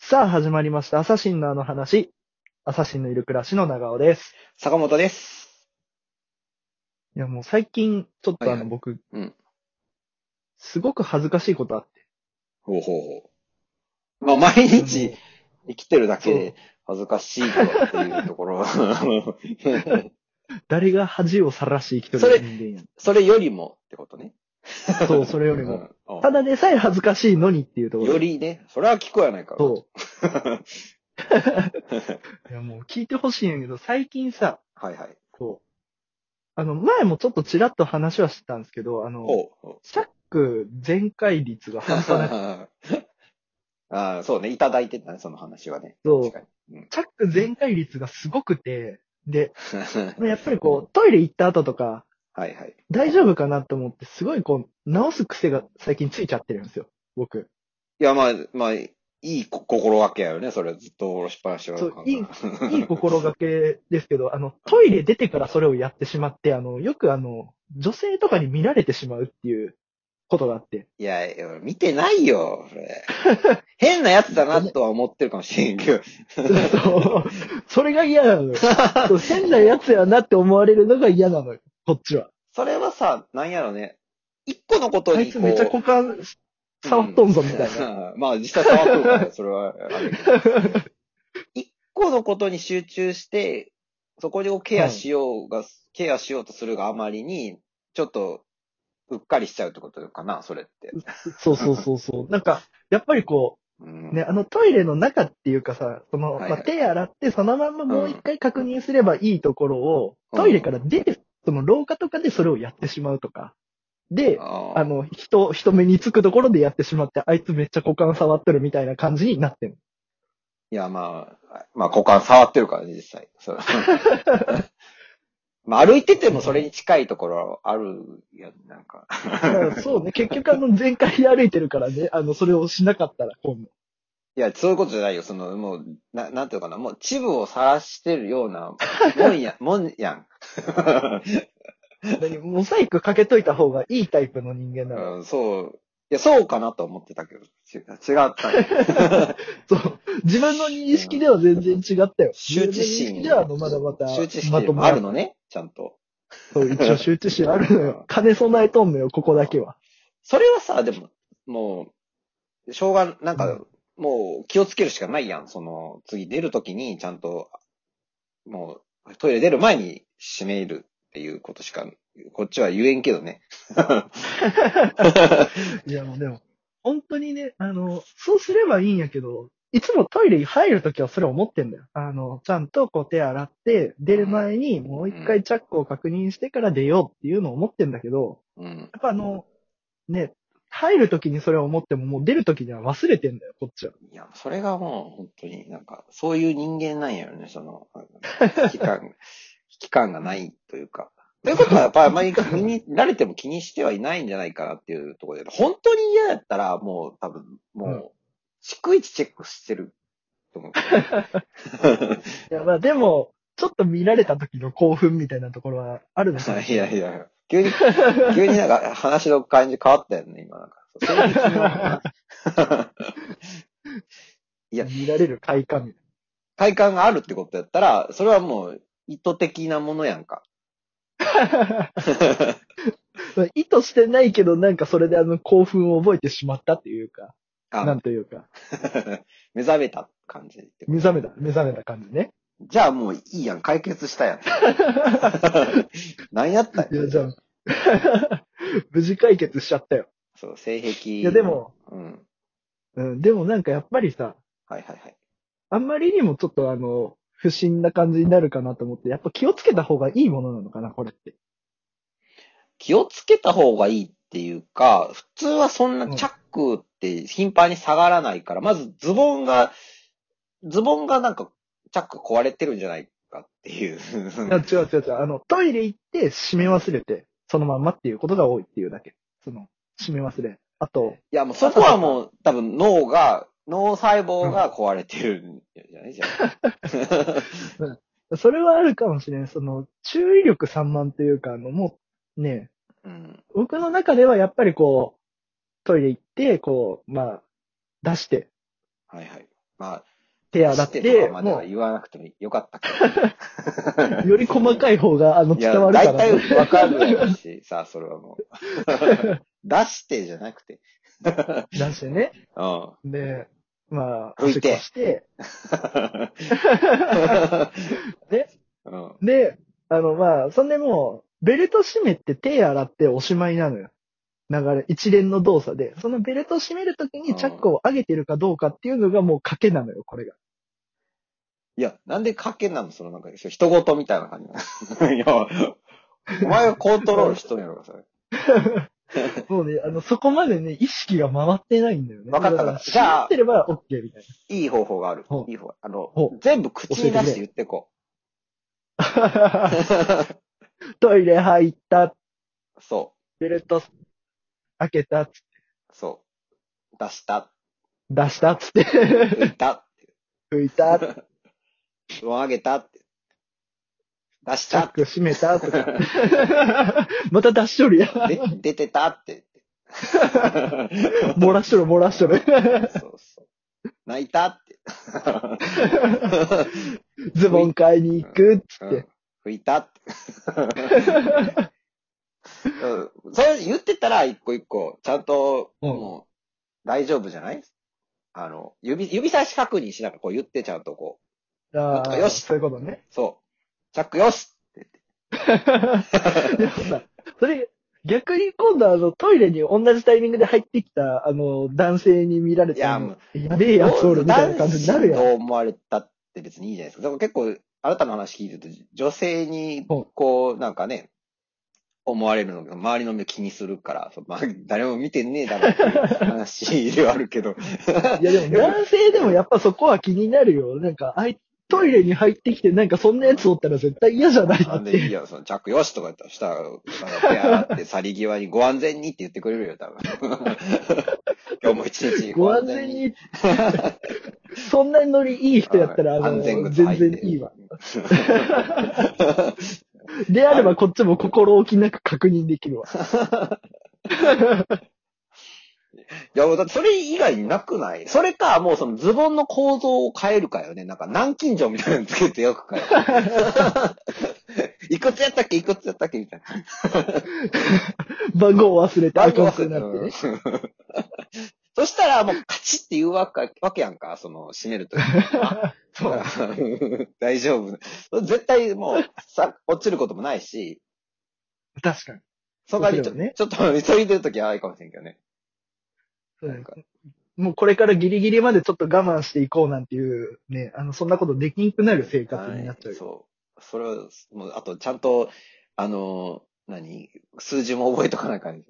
さあ始まりました。アサシンのあの話。アサシンのいる暮らしの長尾です。 坂本です。 いやもう最近、ちょっはいはい。 と僕、 うん。 すごく恥ずかしいことあって。 ほうほうほう。まあ、毎日あの、 生きてるだけでそう。 恥ずかしいとはっていうところ。 誰が恥をさらして生きとるそれ、 人間やん。 それよりもってことね。 そう、それよりも。 うん。あ、 ただでさえ恥ずかしいのにっていうところよ。 よりね、それは聞こえないからな。 そう。いやもう聞いてほしいんやけど、最近さ、 はいはい。 こう、前もちょっとちらっと話はしてたんですけど、 ほうほう。 チャック全開率が半端なくて、 ああ、そうね。いただいてたね、その話はね。確そう、 かに。うん。 チャック全開率がすごくて、で、やっぱりこう、トイレ行った後とか、 はいはい。 大丈夫かなと思って、すごいこう、直す癖が最近ついちゃってるんですよ、僕。 いや、まあ、いい心がけやよね。それずっと下ろしっぱなしはあそう、 かんかいい心がけですけど、 ら。 トイレ出てからそれをやってしまって、よく女性とかに見られてしまうっていうことがあって。 いや、見てないよ、それ。変なやつだなごめん。 とは思ってるかもしれんけど。 そう、それが嫌なのよ。そう、変なやつやなって思われるのが嫌なのよ、こっちは。 それはさ、なんやろね。一個のことにあいつめっちゃこ股間う、うん。 触っとんぞ、みたいな。 まあ実際触っとるから、それはあれやけど。一個のことに集中して、そこをうん。 ケアしようとするがあまりに、ちょっと、うっかりしちゃうってことかな、それって。 そうそうそうそう。なんか、やっぱりこう、ね、 うん。 トイレの中っていうかさ、手はいはい。 洗ってそのまんまもう一うん。 回確認すればいいところを、トイレからうん。 出て、その廊下とかでそれをやってしまうとか。で、 ああ。 人目につくところでやってしまって、あいつめっちゃ股間触ってるみたいな感じになってる。 いや、まあ、股間触ってるからね、実際。そう。まあ、歩いててもそれに近いところあるやん、なんか。 まあそうね、結局全開で歩いてるからね、それをしなかったら今度。 いや、そういうことじゃないよ。もう、なんていうのかな。もう、チブを晒してるようなもんやん。 モザイクかけといた方がいいタイプの人間なのよ。 うん、そう。いや、そうかなと思ってたけど、違ったね。 そう。自分の認識でうん、 は全然違ったよ。自羞恥分の認識では心、 まだまた羞恥まと心ももだった。 あるのね、ちゃんと。 そう、一応羞恥心あるのよ。 うん金備えとんのよ、ここだけは。 それはさ、でも、もしょうが、なんか、 うん。 もう気をつけるしかないやん。次出るときにちゃんと、もトイレ出る前に閉めるっていうことしか、こっちは言えんけどね。 いや、もうでも、本当にね、そうすればいいんやけど、いつもトイレに入るときはそれ思ってんだよ。ちゃんとこう手洗って、出るうん、 前にもう一うん、 回チャックを確認してから出ようっていうのを思ってんだけど、 うん。 やっぱね、入るときにそれを思ってももう出るときには忘れてんだよ、こっちは。 いや、それがもう本当になんか、そういう人間なんやろね、危機感、危機感がないというか。ということは、やっぱりあまり見られても気にしてはいないんじゃないかなっていうところで、本当に嫌やったら、もう多分、 うん。 もう、逐一チェックしてると思うけどね。 いや、まあでも、ちょっと見られた時の興奮みたいなところはあるのかもいしれない。 やいや、急になんか話の感じ変わったよね、今なんか。性癖の話。いや、 見られる快感みたい快感があるってことやったら、それはもう意図的なものやんか。 な。まあ意図してないけど、なんかそれで興奮を覚えてしまったっていうか、なあ、 んというか、 目覚めた感じってことね。 目覚めた感じね。 じゃあもういいやん、解決したやん。何やったんや、 いや、 それじゃあ。 じゃあ、無事解決しちゃったよ。 そう、性いや、 癖の、 でも、 うん。 うん、でもなんかやっぱりさ、 はいはいはい。 あんまりにもちょっと不審な感じになるかなと思って、やっぱ気をつけた方がいいものなのかな、これって。 気をつけた方がいいっていうか、普通はそんなうん。 チャックって頻繁に下がらないから、まずズボンがなんかチャック壊れてるんじゃないかっていう。 いや、違う違う違う。トイレ行って閉め忘れて、そのまんまっていうことが多いっていうだけ。閉め忘れ。あと、 いやもうそこ朝とか。 はもう多分脳細胞が壊れてるんじゃないじゃあ。 うん。それはあるかもしれん。注意力散漫というか、もう、ね、 うん。 僕の中ではやっぱりこう、トイレ行って、こう、まあ、出して、 はいはい。 まあ、 手洗っしてて、 とかまではも言わなくてもよかったけう、より細かい方が、 ど。いや、 伝わるか大ら、ね。 体わかるやろし、さあ、それはもう。出してじゃなくて。 出してね。 うん。 で、まあ、 拭いておしっこして、で、 うん。 で、まあ、そんでもう、ベルト締めて手洗っておしまいなのよ。流れ、一連の動作で。そのベルト締めるときにチャックを上げてるかどうかっていうのがもう賭けなのよ、これが。 いや、なんで賭けなのそのなんか、人事みたいな感じ。いや、お前がコントロールしとんやろか、それ。 もうね、そこまでね、意識が回ってないんだよね。 わかっただらじゃあ締まってれば OK みたいいい方法があるほ。ういい方法。 ほう全部口に出して言ってこな。 う。 トイレ入った、 そベルト開けた、 う、そう。出した、 出したっつって、 拭いた、 拭いた、 布団あげたって。出しチャッた、 ク閉めたとか。また出しとるやん。 出てたって。 漏らしとる、漏らしとる。 そうそう。泣いたって。 ズボン買いに行くっつって。 拭いたって。それ言ってたら、一個一個、ちゃんと、もう、大丈夫じゃない指差し確認しながらこう言って、ちゃんとこああ、 よしそういうことね。 う。そう。チャックよしってでもさ、それ、逆に今度トイレに同じタイミングで入ってきた、男性に見られて、 いやもやべえやつおるみたいな感じになるやん。 どう思われたって別にいいじゃないですか。だから結構、あなたの話聞いてると、女性に、こう、なんかね、思われるのが、周りの目気にするから、まあ、誰も見てねえだろっていう話ではあるけど。 いやでも男性でもやっぱそこは気になるよ。なんか、トイレに入ってきてなんかそんなやつおったら絶対嫌じゃないなんでいいや、チャックよしとか言ったら、したら、手洗って去り際にご安全にって言ってくれるよ、多分。今日も一日ご安全に。そんなにノリいい人やったら、 安全靴全履いて然いいわ。であればこっちも心置きなく確認できるわ。 いや、だってそれ以外になくないそれか、もうそのズボンの構造を変えるかよね。なんか南京錠みたいなのつけてよくかよ。いくつやったっけいくつやったっけみたいな。 番号を忘れてアカウントになってね。 そしたらもうカチッって言うわけやんか、閉めるとき。大丈夫。絶対もう、落ちることもないし。 確かに。 その代わりちょっと急いでるときはあいかもしれんけどね。 もうこれからギリギリまでちょっと我慢していこうなんていうね、そんなことできんくなる生活になっちゃう。 そう。それは、もう、あとちゃんと、数字も覚えとかない感じ。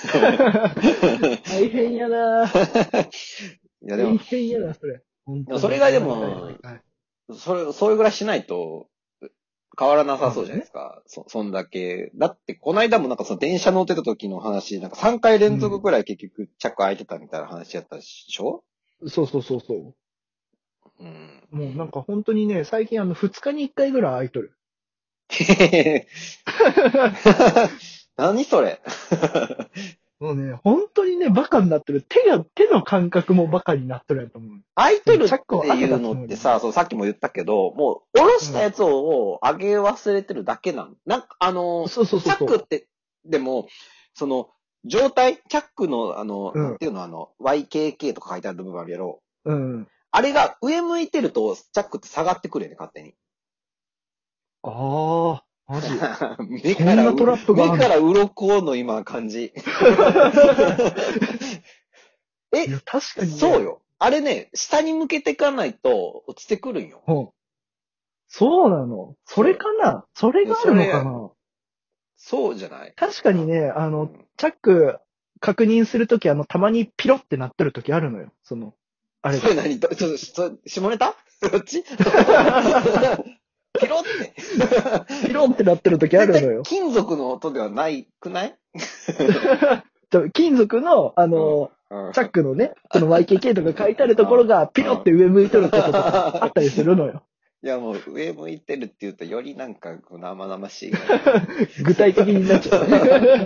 大変やな。 いやでも、 大変やな、それ。 でもそれがでも、それぐらいしないと、変わらなさそうじゃないですか。そんだけ。だって、この間もなんか電車乗ってた時の話、なんか3回連続ぐらい結局チャック開いてたみたいな話やったでしょ、 そう。うん。もうなんか本当にね、最近2日に1回ぐらい開いとる。 何それもうね、本当にね、バカになってる。手の感覚もバカになってるやと思う。 開いてるっていうのってさ、さっきも言ったけど、もう、下ろしたやつを上げ忘れてるだけなの。なんか、 そう。 チャックって、でも、状態、チャックの、なんていうの、YKK とか書いてある部分あるやろ。 うん。 あれが上向いてると、チャックって下がってくるよね、勝手に。 ああ。マジ目から鱗の今感じ。 確かに、ね。 そうよ。あれね、下に向けていかないと落ちてくるんよ。 そうなの。それかなそれがあるのかなそうじゃない確かにね、チャック確認するときたまにピロってなってるときあるのよ。あれ。 それ何下ネタどっちピロって。 ピロってなってる時あるのよ。 金属の音ではないくない金属の、チャックのね、YKK とか書いてあるところがピロって上向いてることとかあったりするのよ。 いやもう上向いてるって言うとよりなんか生々しい。 具体的になっちゃう、ね。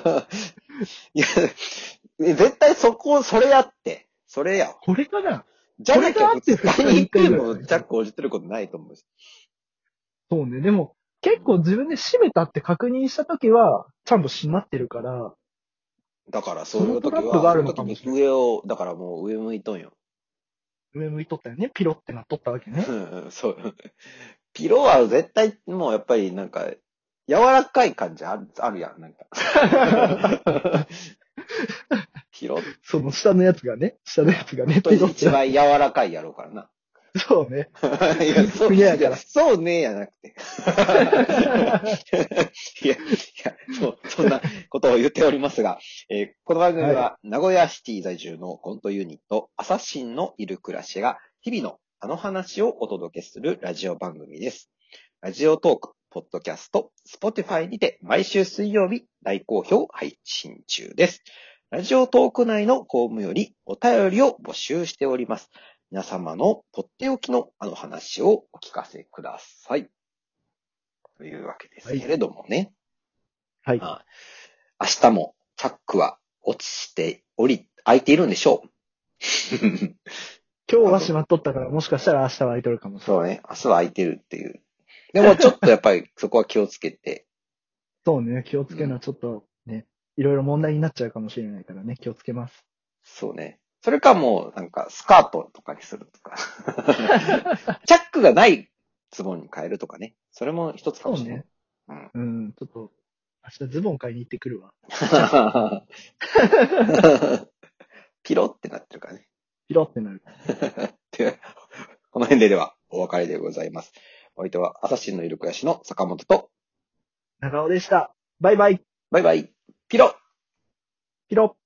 いや、絶対それやって。それや。 これかなじゃなきゃ普通に行くこれがあってのチャックを押してることないと思うし。 そうね。でも、結構自分で閉めたって確認したときは、ちゃんと閉まってるから、 だからそういう時そのトラップは、 があるその時にのかもしれない。 上を、だからもう上向いとんよ。 上向いとったよね。ピロってなっとったわけね。 そう。ピロは絶対もうやっぱりなんか、柔らかい感じあるやん、なんか。ピロその下のやつがね、 本当に一ピロってな。 番柔らかいやろうからな。 そうね。 いや、そう、 ふにゃやからいや、そうねやなくて。いや、そんなことを言っておりますが、この番組は名古屋シティ在住のコントユニット、アサシンのいる暮らしが日々のあの話をお届けするラジオ番組です。ラジオトーク、ポッドキャスト、スポティファイにて毎週水曜日大好評配信中です。ラジオトーク内のフォームよりお便りを募集しております。皆様のとっておきのあの話をお聞かせください。というわけですけれどもね。 はい。 まあ、明日もチャックは落ちて開いているんでしょう。 今日は閉まっとったから、もしかしたら明日は開いとるかもしれない。 そうね。明日は開いてるっていう。でもちょっとやっぱりそこは気をつけて。 そうね。気をつけるのはちょっとね、いろいろ問題になっちゃうかもしれないからね、気をつけます。 そうね。それかもうなんかスカートとかにするとか。チャックがないズボンに変えるとかね。それも一つかもしれない。 そうね。うん。ちょっと、明日ズボン買いに行ってくるわ。 ピロってなってるからね。 ピロってなる。 でこの辺ではお別れでございます。お相手はアサシンのいる暮らしの坂本と、 長尾でした。バイバイ。 バイバイ、ピロピロ。